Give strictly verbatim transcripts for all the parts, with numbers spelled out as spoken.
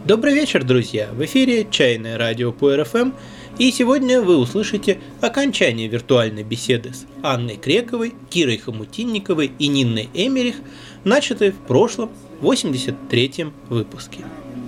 Добрый вечер, друзья! В эфире Чайное радио по эр эф эм, и сегодня вы услышите окончание виртуальной беседы с Анной Крековой, Кирой Хомутинниковой и Нинной Эмерих, начатой в прошлом восемьдесят третьем выпуске.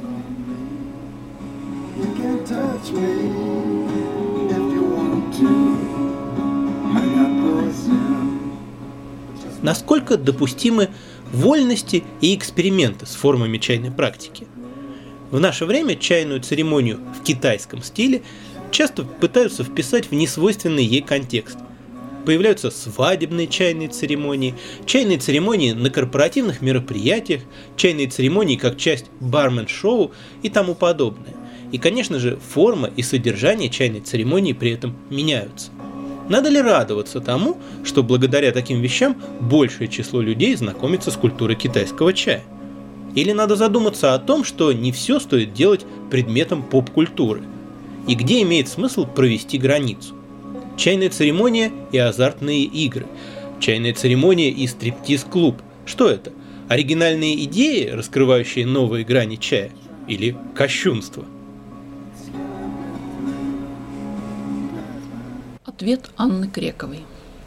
Насколько допустимы вольности и эксперименты с формами чайной практики? В наше время чайную церемонию в китайском стиле часто пытаются вписать в несвойственный ей контекст. Появляются свадебные чайные церемонии, чайные церемонии на корпоративных мероприятиях, чайные церемонии как часть бармен-шоу и тому подобное. И, конечно же, форма и содержание чайной церемонии при этом меняются. Надо ли радоваться тому, что благодаря таким вещам большее число людей знакомится с культурой китайского чая? Или надо задуматься о том, что не все стоит делать предметом поп-культуры? И где имеет смысл провести границу? Чайная церемония и азартные игры. Чайная церемония и стриптиз-клуб. Что это? Оригинальные идеи, раскрывающие новые грани чая? Или кощунство? Ответ Анны Крековой.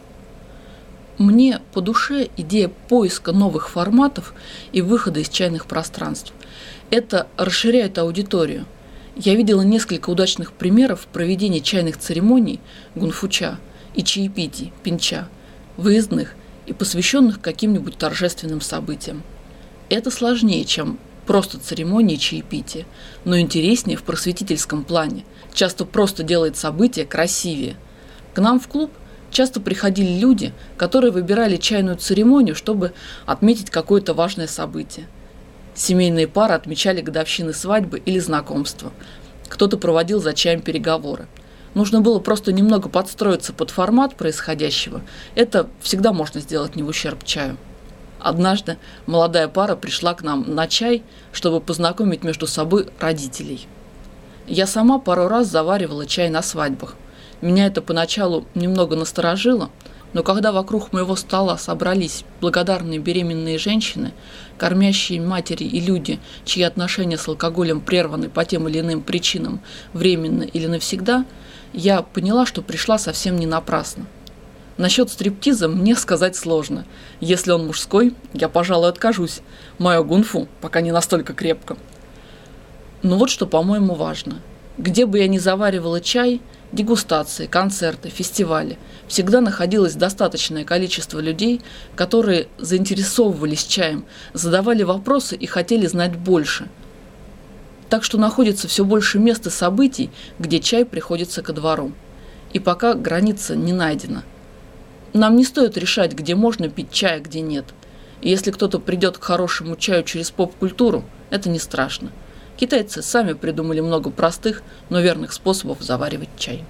Мне по душе идея поиска новых форматов и выхода из чайных пространств. Это расширяет аудиторию. Я видела несколько удачных примеров проведения чайных церемоний гунфуча и чаепитий пинча, выездных и посвященных каким-нибудь торжественным событиям. Это сложнее, чем просто церемонии чаепития, но интереснее в просветительском плане. Часто просто делает события красивее. К нам в клуб часто приходили люди, которые выбирали чайную церемонию, чтобы отметить какое-то важное событие. Семейные пары отмечали годовщины свадьбы или знакомства. Кто-то проводил за чаем переговоры. Нужно было просто немного подстроиться под формат происходящего. Это всегда можно сделать не в ущерб чаю. Однажды молодая пара пришла к нам на чай, чтобы познакомить между собой родителей. Я сама пару раз заваривала чай на свадьбах. Меня это поначалу немного насторожило, но когда вокруг моего стола собрались благодарные беременные женщины, кормящие матери и люди, чьи отношения с алкоголем прерваны по тем или иным причинам, временно или навсегда, я поняла, что пришла совсем не напрасно. Насчет стриптиза мне сказать сложно. Если он мужской, я, пожалуй, откажусь. Мое гунфу пока не настолько крепко. Но вот что, по-моему, важно. Где бы я ни заваривала чай, дегустации, концерты, фестивали, всегда находилось достаточное количество людей, которые заинтересовывались чаем, задавали вопросы и хотели знать больше. Так что находится все больше мест и событий, где чай приходится ко двору. И пока граница не найдена. Нам не стоит решать, где можно пить чай, а где нет. И если кто-то придет к хорошему чаю через поп-культуру, это не страшно. Китайцы сами придумали много простых, но верных способов заваривать чай.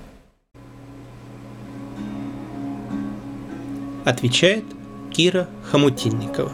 Отвечает Кира Хомутинникова.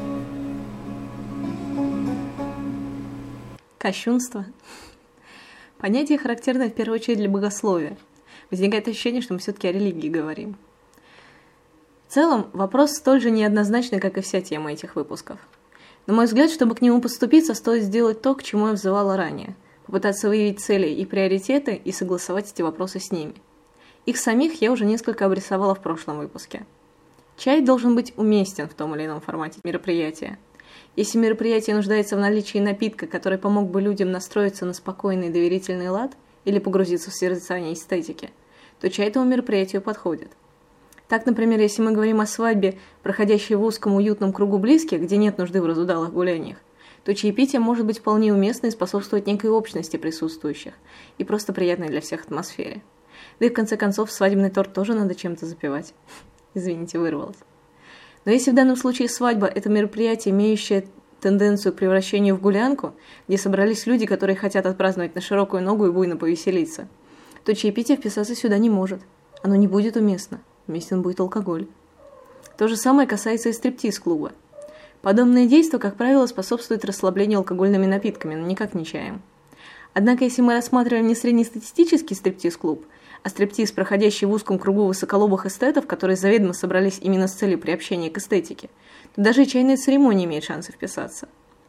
Кощунство. Понятие характерное в первую очередь для богословия. Возникает ощущение, что мы все-таки о религии говорим. В целом, вопрос столь же неоднозначный, как и вся тема этих выпусков. На мой взгляд, чтобы к нему поступиться, стоит сделать то, к чему я взывала ранее. Попытаться выявить цели и приоритеты и согласовать эти вопросы с ними. Их самих я уже несколько обрисовала в прошлом выпуске. Чай должен быть уместен в том или ином формате мероприятия. Если мероприятие нуждается в наличии напитка, который помог бы людям настроиться на спокойный и доверительный лад или погрузиться в созерцание эстетики, то чай этому мероприятию подходит. Так, например, если мы говорим о свадьбе, проходящей в узком уютном кругу близких, где нет нужды в разудалых гуляниях, то чаепитие может быть вполне уместно и способствовать некой общности присутствующих и просто приятной для всех атмосфере. Да и в конце концов, свадебный торт тоже надо чем-то запивать. Извините, вырвалась. Но если в данном случае свадьба – это мероприятие, имеющее тенденцию к превращению в гулянку, где собрались люди, которые хотят отпраздновать на широкую ногу и буйно повеселиться, то чаепитие вписаться сюда не может. Оно не будет уместно. Уместен будет алкоголь. То же самое касается и стриптиз-клуба. Подобные действия, как правило, способствуют расслаблению алкогольными напитками, но никак не чаем. Однако, если мы рассматриваем не среднестатистический стриптиз-клуб, а стриптиз, проходящий в узком кругу высоколобых эстетов, которые заведомо собрались именно с целью приобщения к эстетике, то даже и чайная церемония имеет шансы вписаться.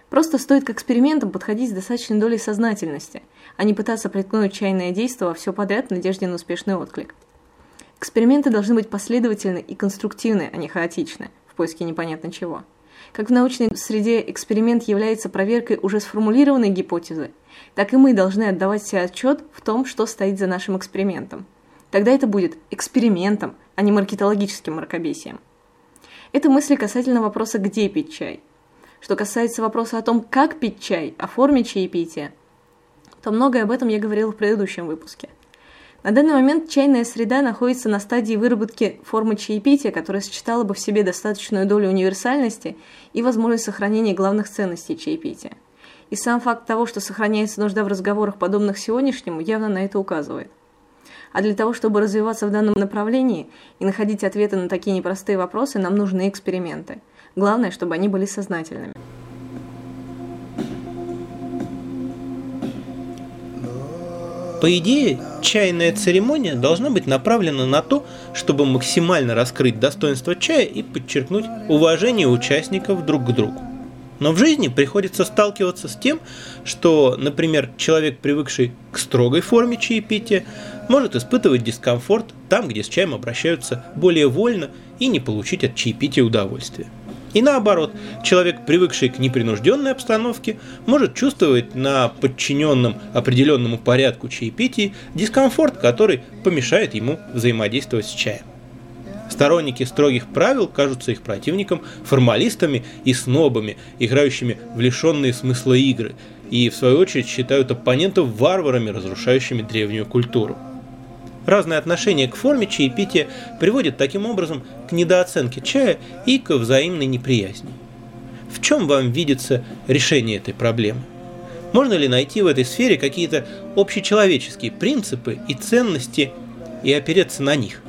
Просто стоит к экспериментам подходить с достаточной долей сознательности, а не пытаться приткнуть чайное действо во все подряд в надежде на успешный отклик. Эксперименты должны быть последовательны и конструктивны, а не хаотичны, в поиске непонятно чего. Как в научной среде эксперимент является проверкой уже сформулированной гипотезы, так и мы должны отдавать себе отчет в том, что стоит за нашим экспериментом. Тогда это будет экспериментом, а не маркетологическим мракобесием. Это мысли касательно вопроса «где пить чай?». Что касается вопроса о том, как пить чай, о форме чаепития, то многое об этом я говорила в предыдущем выпуске. На данный момент чайная среда находится на стадии выработки формы чаепития, которая сочетала бы в себе достаточную долю универсальности и возможность сохранения главных ценностей чаепития. И сам факт того, что сохраняется нужда в разговорах, подобных сегодняшнему, явно на это указывает. А для того, чтобы развиваться в данном направлении и находить ответы на такие непростые вопросы, нам нужны эксперименты. Главное, чтобы они были сознательными. По идее, чайная церемония должна быть направлена на то, чтобы максимально раскрыть достоинство чая и подчеркнуть уважение участников друг к другу. Но в жизни приходится сталкиваться с тем, что, например, человек, привыкший к строгой форме чаепития, может испытывать дискомфорт там, где с чаем обращаются более вольно, и не получить от чаепития удовольствия. И наоборот, человек, привыкший к непринужденной обстановке, может чувствовать на подчиненном определенному порядку чаепития дискомфорт, который помешает ему взаимодействовать с чаем. Сторонники строгих правил кажутся их противникам формалистами и снобами, играющими в лишенные смысла игры, и в свою очередь считают оппонентов варварами, разрушающими древнюю культуру. Разное отношение к форме чаепития приводит таким образом к недооценке чая и к взаимной неприязни. В чем вам видится решение этой проблемы? Можно ли найти в этой сфере какие-то общечеловеческие принципы и ценности и опереться на них?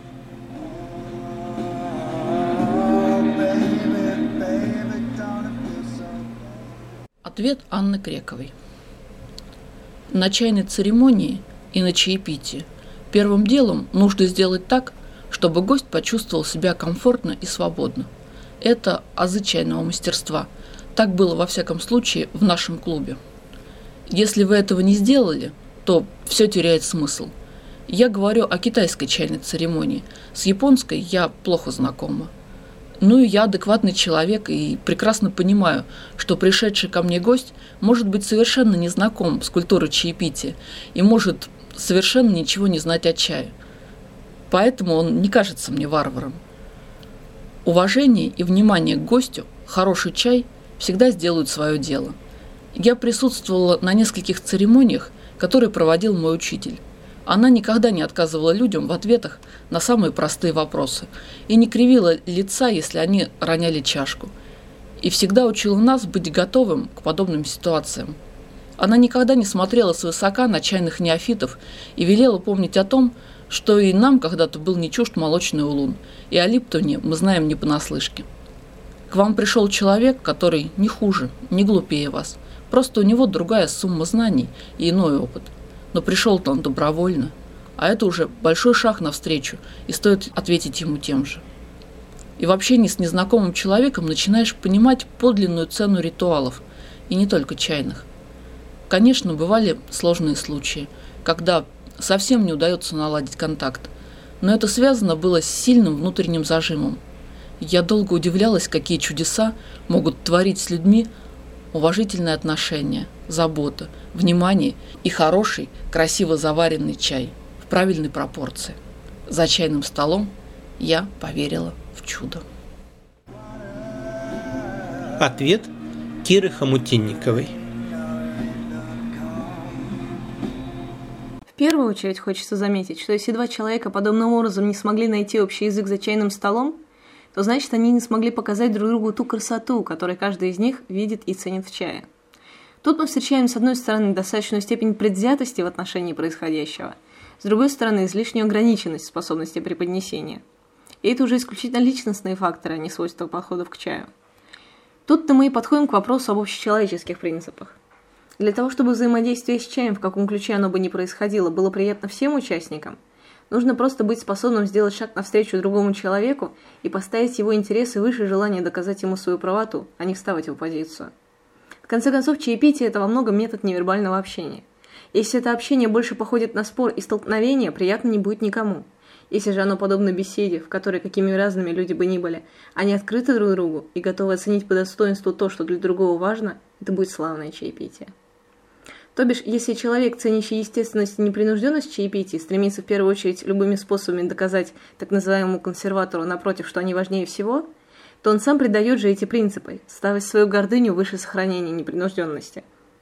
Ответ Анны Крековой. На чайной церемонии и на чаепитии первым делом нужно сделать так, чтобы гость почувствовал себя комфортно и свободно. Это азы чайного мастерства. Так было, во всяком случае, в нашем клубе. Если вы этого не сделали, то все теряет смысл. Я говорю о китайской чайной церемонии. С японской я плохо знакома. Ну и я адекватный человек и прекрасно понимаю, что пришедший ко мне гость может быть совершенно не знаком с культурой чаепития и может совершенно ничего не знать о чае. Поэтому он не кажется мне варваром. Уважение и внимание к гостю, хороший чай всегда сделают свое дело. Я присутствовала на нескольких церемониях, которые проводил мой учитель. Она никогда не отказывала людям в ответах на самые простые вопросы и не кривила лица, если они роняли чашку. И всегда учила нас быть готовым к подобным ситуациям. Она никогда не смотрела свысока на чайных неофитов и велела помнить о том, что и нам когда-то был не чужд молочный улун, и о Липтоне мы знаем не понаслышке. К вам пришел человек, который не хуже, не глупее вас, просто у него другая сумма знаний и иной опыт. Но пришел-то он добровольно, а это уже большой шаг навстречу, и стоит ответить ему тем же. И в общении с незнакомым человеком начинаешь понимать подлинную цену ритуалов, и не только чайных. Конечно, бывали сложные случаи, когда совсем не удается наладить контакт, но это связано было с сильным внутренним зажимом. Я долго удивлялась, какие чудеса могут творить с людьми уважительное отношение, забота, внимание и хороший, красиво заваренный чай в правильной пропорции. За чайным столом я поверила в чудо. Ответ Киры Хомутинниковой. В первую очередь хочется заметить, что если два человека подобным образом не смогли найти общий язык за чайным столом, то значит они не смогли показать друг другу ту красоту, которую каждый из них видит и ценит в чае. Тут мы встречаем, с одной стороны, достаточную степень предвзятости в отношении происходящего, с другой стороны, излишнюю ограниченность способности преподнесения. И это уже исключительно личностные факторы, а не свойства подходов к чаю. Тут-то мы и подходим к вопросу об общечеловеческих принципах. Для того, чтобы взаимодействие с чаем, в каком ключе оно бы ни происходило, было приятно всем участникам, нужно просто быть способным сделать шаг навстречу другому человеку и поставить его интересы выше желания доказать ему свою правоту, а не вставать в оппозицию. В конце концов, чаепитие – это во многом метод невербального общения. Если это общение больше походит на спор и столкновение, приятно не будет никому. Если же оно подобно беседе, в которой какими разными люди бы ни были, они открыты друг другу и готовы оценить по достоинству то, что для другого важно, это будет славное чаепитие. То бишь, если человек, ценящий естественность и непринужденность чаепития, стремится в первую очередь любыми способами доказать так называемому консерватору напротив, что они важнее всего, то он сам предает же эти принципы, ставя свою гордыню выше сохранения непринужденности.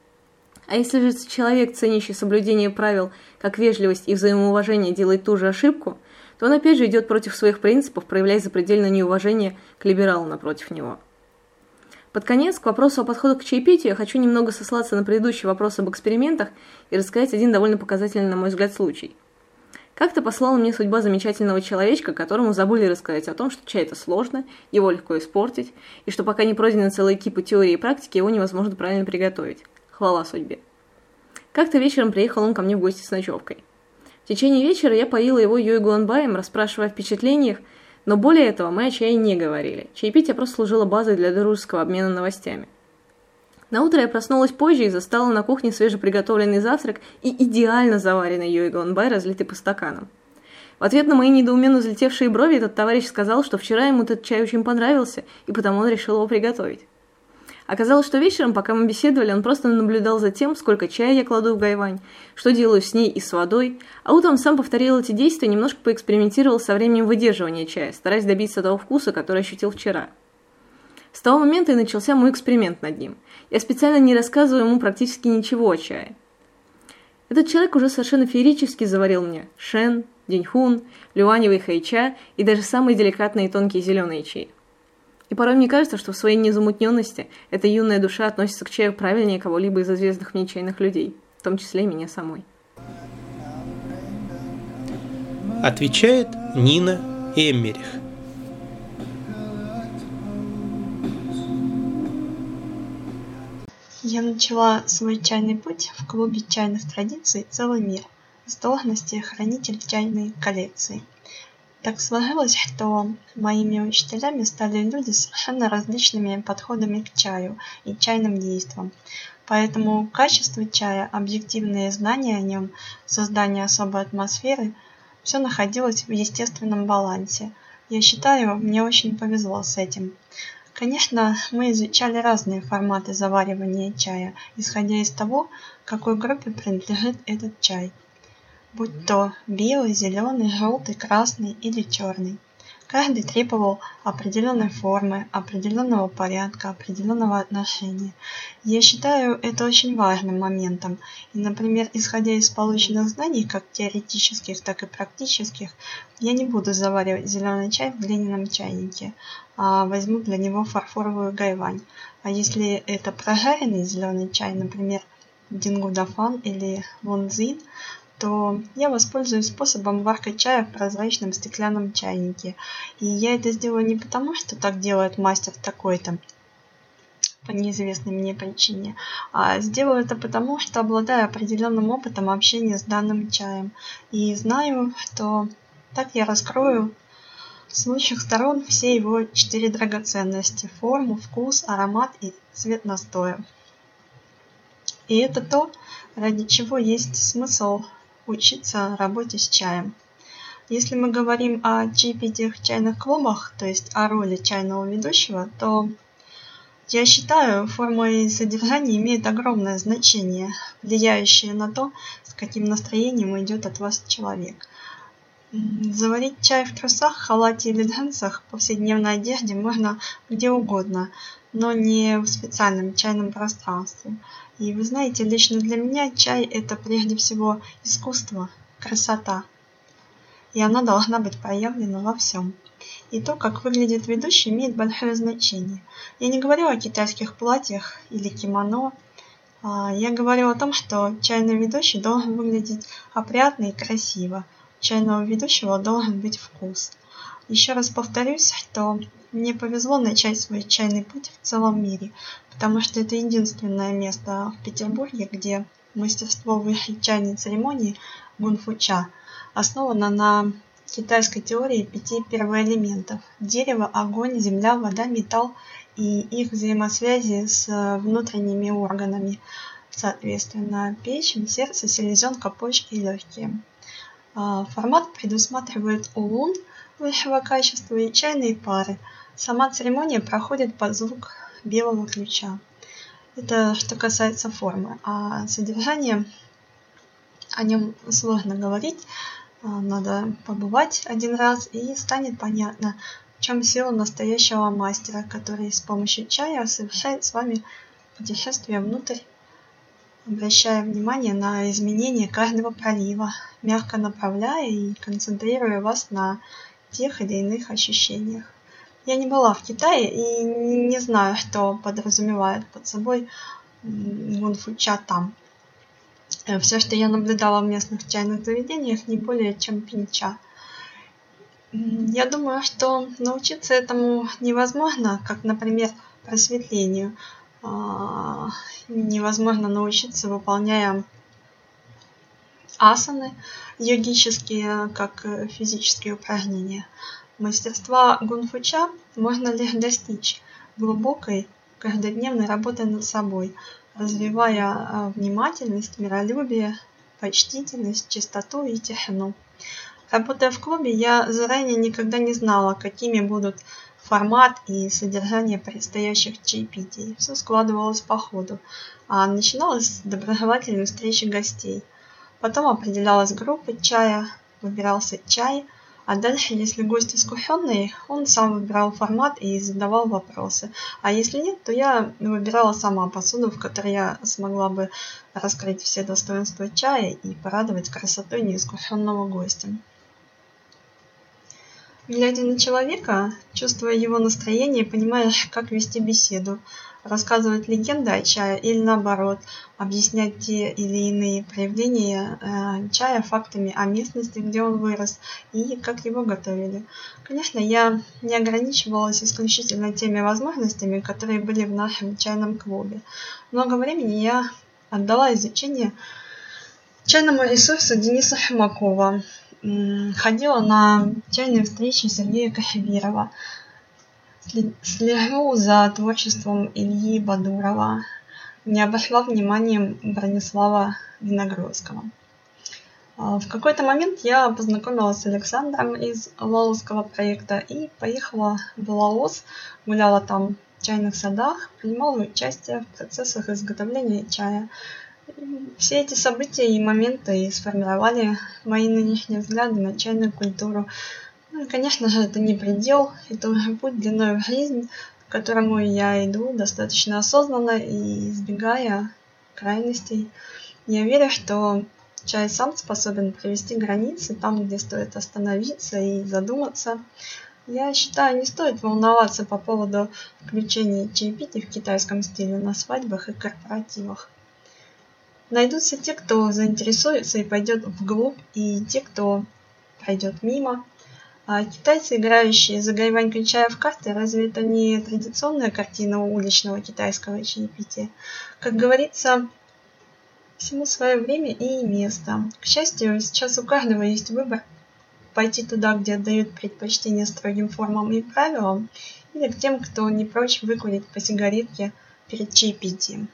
А если же человек, ценящий соблюдение правил, как вежливость и взаимоуважение, делает ту же ошибку, то он опять же идет против своих принципов, проявляя запредельное неуважение к либералу напротив него. Под конец, к вопросу о подходах к чаепитию, я хочу немного сослаться на предыдущий вопрос об экспериментах и рассказать один довольно показательный, на мой взгляд, случай. Как-то послала мне судьба замечательного человечка, которому забыли рассказать о том, что чай – это сложно, его легко испортить, и что пока не пройдены целые кипы теории и практики, его невозможно правильно приготовить. Хвала судьбе. Как-то вечером приехал он ко мне в гости с ночевкой. В течение вечера я поила его юйгуанбаем, расспрашивая о впечатлениях, но более этого мы о чае не говорили. Чаепитие просто служило базой для дружеского обмена новостями. Наутро я проснулась позже и застала на кухне свежеприготовленный завтрак и идеально заваренный юйгуанбай, разлитый по стаканам. В ответ на мои недоуменно взлетевшие брови этот товарищ сказал, что вчера ему этот чай очень понравился, и потому он решил его приготовить. Оказалось, что вечером, пока мы беседовали, он просто наблюдал за тем, сколько чая я кладу в гайвань, что делаю с ней и с водой, а утром сам повторил эти действия и немножко поэкспериментировал со временем выдерживания чая, стараясь добиться того вкуса, который ощутил вчера. С того момента и начался мой эксперимент над ним. Я специально не рассказываю ему практически ничего о чае. Этот человек уже совершенно феерически заварил мне шен, деньхун, люаневый хайча и даже самые деликатные и тонкие зеленые чаи. И порой мне кажется, что в своей незамутненности эта юная душа относится к чаю правильнее кого-либо из известных мне чайных людей, в том числе и меня самой. Отвечает Нина Эммерих. Я начала свой чайный путь в клубе чайных традиций «Целый мир» с должности хранитель чайной коллекции. Так сложилось, что моими учителями стали люди с совершенно различными подходами к чаю и чайным действиям. Поэтому качество чая, объективные знания о нем, создание особой атмосферы – все находилось в естественном балансе. Я считаю, мне очень повезло с этим. Конечно, мы изучали разные форматы заваривания чая, исходя из того, какой группе принадлежит этот чай. Будь то белый, зеленый, желтый, красный или черный. Каждый требовал определенной формы, определенного порядка, определенного отношения. Я считаю это очень важным моментом. И, например, исходя из полученных знаний, как теоретических, так и практических, я не буду заваривать зеленый чай в глиняном чайнике, а возьму для него фарфоровую гайвань. А если это прожаренный зеленый чай, например, дингудафан или лунзин, то я воспользуюсь способом варки чая в прозрачном стеклянном чайнике. И я это сделаю не потому, что так делает мастер такой-то, по неизвестной мне причине, а сделаю это потому, что обладаю определенным опытом общения с данным чаем. И знаю, что так я раскрою с лучших сторон все его четыре драгоценности: форму, вкус, аромат и цвет настоя. И это то, ради чего есть смысл учиться работе с чаем. Если мы говорим о чаепитиях в чайных клубах, то есть о роли чайного ведущего, то я считаю, форма и содержание имеют огромное значение, влияющее на то, с каким настроением идет от вас человек. Заварить чай в трусах, халате или джинсах, в повседневной одежде можно где угодно, но не в специальном чайном пространстве. И вы знаете, лично для меня чай – это прежде всего искусство, красота. И она должна быть проявлена во всем. И то, как выглядит ведущий, имеет большое значение. Я не говорю о китайских платьях или кимоно. Я говорю о том, что чайный ведущий должен выглядеть опрятно и красиво. У чайного ведущего должен быть вкус. Еще раз повторюсь, что мне повезло начать свой чайный путь в целом мире, потому что это единственное место в Петербурге, где мастерство высшей чайной церемонии гунфу-ча основано на китайской теории пяти первоэлементов: дерево, огонь, земля, вода, металл и их взаимосвязи с внутренними органами, соответственно, печень, сердце, селезенка, почки и легкие. Формат предусматривает улун высшего качества и чайные пары. Сама церемония проходит под звук белого ключа. Это что касается формы. А содержание, о нем сложно говорить. Надо побывать один раз, и станет понятно, в чем сила настоящего мастера, который с помощью чая совершает с вами путешествие внутрь, обращая внимание на изменения каждого пролива, мягко направляя и концентрируя вас на тех или иных ощущениях. Я не была в Китае и не знаю, что подразумевает под собой гунфу-ча там. Все, что я наблюдала в местных чайных заведениях, не более чем пинча. Я думаю, что научиться этому невозможно, как, например, просветлению. Невозможно научиться, выполняя асаны йогические, как физические упражнения. Мастерства гунфу-ча можно лишь достичь глубокой каждодневной работы над собой, развивая внимательность, миролюбие, почтительность, чистоту и тишину. Работая в клубе, я заранее никогда не знала, какими будут формат и содержание предстоящих чаепитий. Все складывалось по ходу, а начиналось с доброжелательной встречи гостей. Потом определялась группа чая, выбирался чай, а дальше, если гость искушенный, он сам выбирал формат и задавал вопросы. А если нет, то я выбирала сама посуду, в которой я смогла бы раскрыть все достоинства чая и порадовать красотой неискушенного гостя. Глядя на человека, чувствуя его настроение, понимаешь, как вести беседу, рассказывать легенды о чае или наоборот, объяснять те или иные проявления э, чая фактами о местности, где он вырос и как его готовили. Конечно, я не ограничивалась исключительно теми возможностями, которые были в нашем чайном клубе. Много времени я отдала изучению чайному ресурсу Дениса Шумакова. Ходила на чайные встречи Сергея Кахибирова. Слежу за творчеством Ильи Бадурова. Не обошла вниманием Бронислава Виногродского. В какой-то момент я познакомилась с Александром из Лаосского проекта и поехала в Лаос, гуляла там в чайных садах, принимала участие в процессах изготовления чая. Все эти события и моменты сформировали мои нынешние взгляды на чайную культуру. Ну и, конечно же, это не предел, это уже путь длиной в жизнь, к которому я иду достаточно осознанно и избегая крайностей. Я верю, что чай сам способен провести границы там, где стоит остановиться и задуматься. Я считаю, не стоит волноваться по поводу включения чаепитий в китайском стиле на свадьбах и корпоративах. Найдутся те, кто заинтересуется и пойдет вглубь, и те, кто пройдет мимо. А китайцы, играющие загребанькой чая в карты, разве это не традиционная картина уличного китайского чаепития? Как говорится, всему свое время и место. К счастью, сейчас у каждого есть выбор пойти туда, где отдают предпочтение строгим формам и правилам, или к тем, кто не прочь выкурить по сигаретке перед чаепитием.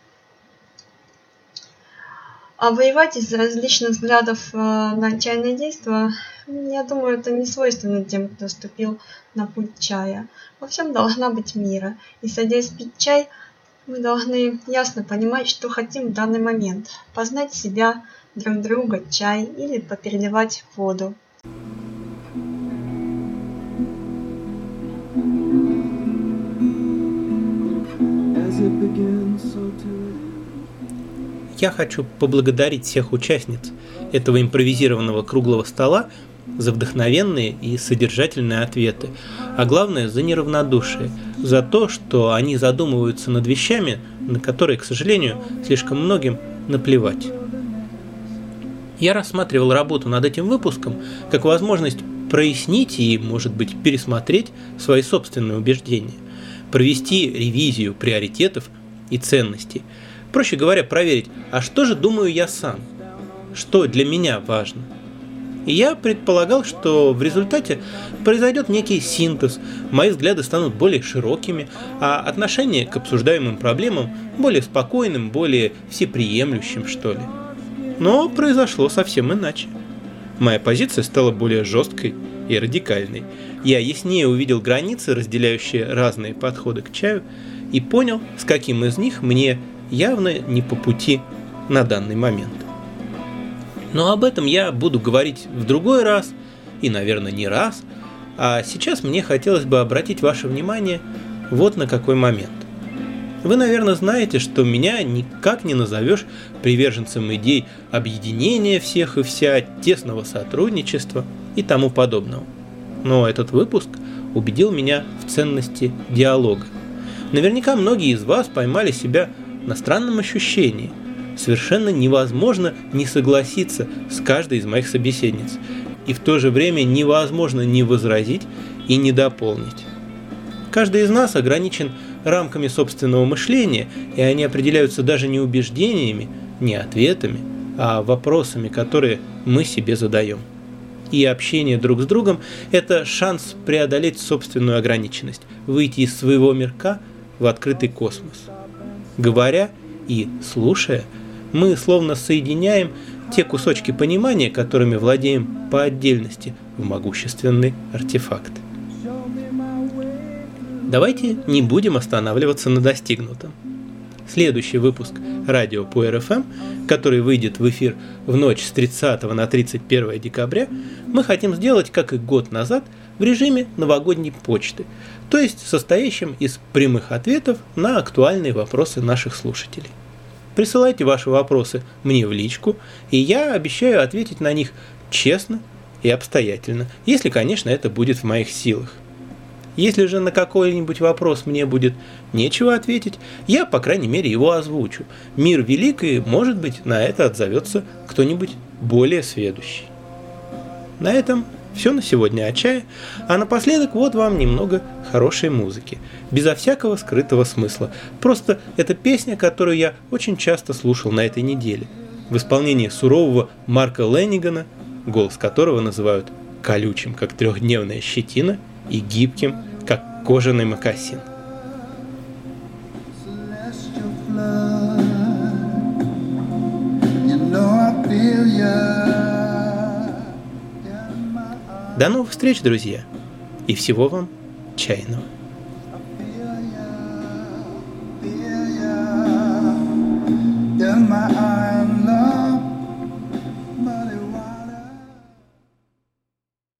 А воевать из-за различных взглядов э, на чайное действо, я думаю, это не свойственно тем, кто ступил на путь чая. Во всем должна быть мера. И садясь пить чай, мы должны ясно понимать, что хотим в данный момент. Познать себя, друг друга, чай или попереливать воду. Я хочу поблагодарить всех участниц этого импровизированного круглого стола за вдохновенные и содержательные ответы, а главное за неравнодушие, за то, что они задумываются над вещами, на которые, к сожалению, слишком многим наплевать. Я рассматривал работу над этим выпуском как возможность прояснить и, может быть, пересмотреть свои собственные убеждения, провести ревизию приоритетов и ценностей. Проще говоря, проверить, а что же думаю я сам, что для меня важно. И я предполагал, что в результате произойдет некий синтез, мои взгляды станут более широкими, а отношение к обсуждаемым проблемам более спокойным, более всеприемлющим, что ли. Но произошло совсем иначе. Моя позиция стала более жесткой и радикальной. Я яснее увидел границы, разделяющие разные подходы к чаю, и понял, с каким из них мне явно не по пути на данный момент. Но об этом я буду говорить в другой раз, и, наверное, не раз, а сейчас мне хотелось бы обратить ваше внимание вот на какой момент. Вы, наверное, знаете, что меня никак не назовешь приверженцем идей объединения всех и вся, тесного сотрудничества и тому подобного. Но этот выпуск убедил меня в ценности диалога. Наверняка многие из вас поймали себя на странном ощущении. Совершенно невозможно не согласиться с каждой из моих собеседниц, и в то же время невозможно не возразить и не дополнить. Каждый из нас ограничен рамками собственного мышления, и они определяются даже не убеждениями, не ответами, а вопросами, которые мы себе задаем. И общение друг с другом – это шанс преодолеть собственную ограниченность, выйти из своего мирка в открытый космос. Говоря и слушая, мы словно соединяем те кусочки понимания, которыми владеем по отдельности, в могущественный артефакт. Давайте не будем останавливаться на достигнутом. Следующий выпуск радио по эр эф эм, который выйдет в эфир в ночь с тридцатого на тридцать первое декабря, мы хотим сделать, как и год назад, в режиме новогодней почты, то есть состоящим из прямых ответов на актуальные вопросы наших слушателей. Присылайте ваши вопросы мне в личку, и я обещаю ответить на них честно и обстоятельно, если, конечно, это будет в моих силах. Если же на какой-нибудь вопрос мне будет нечего ответить, я, по крайней мере, его озвучу. Мир велик, и, может быть, на это отзовется кто-нибудь более сведущий. На этом все на сегодня о чае, а напоследок вот вам немного хорошей музыки, безо всякого скрытого смысла. Просто это песня, которую я очень часто слушал на этой неделе, в исполнении сурового Марка Лэннигана, голос которого называют колючим, как трехдневная щетина, и гибким, как кожаный мокасин. До новых встреч, друзья, и всего вам чайного.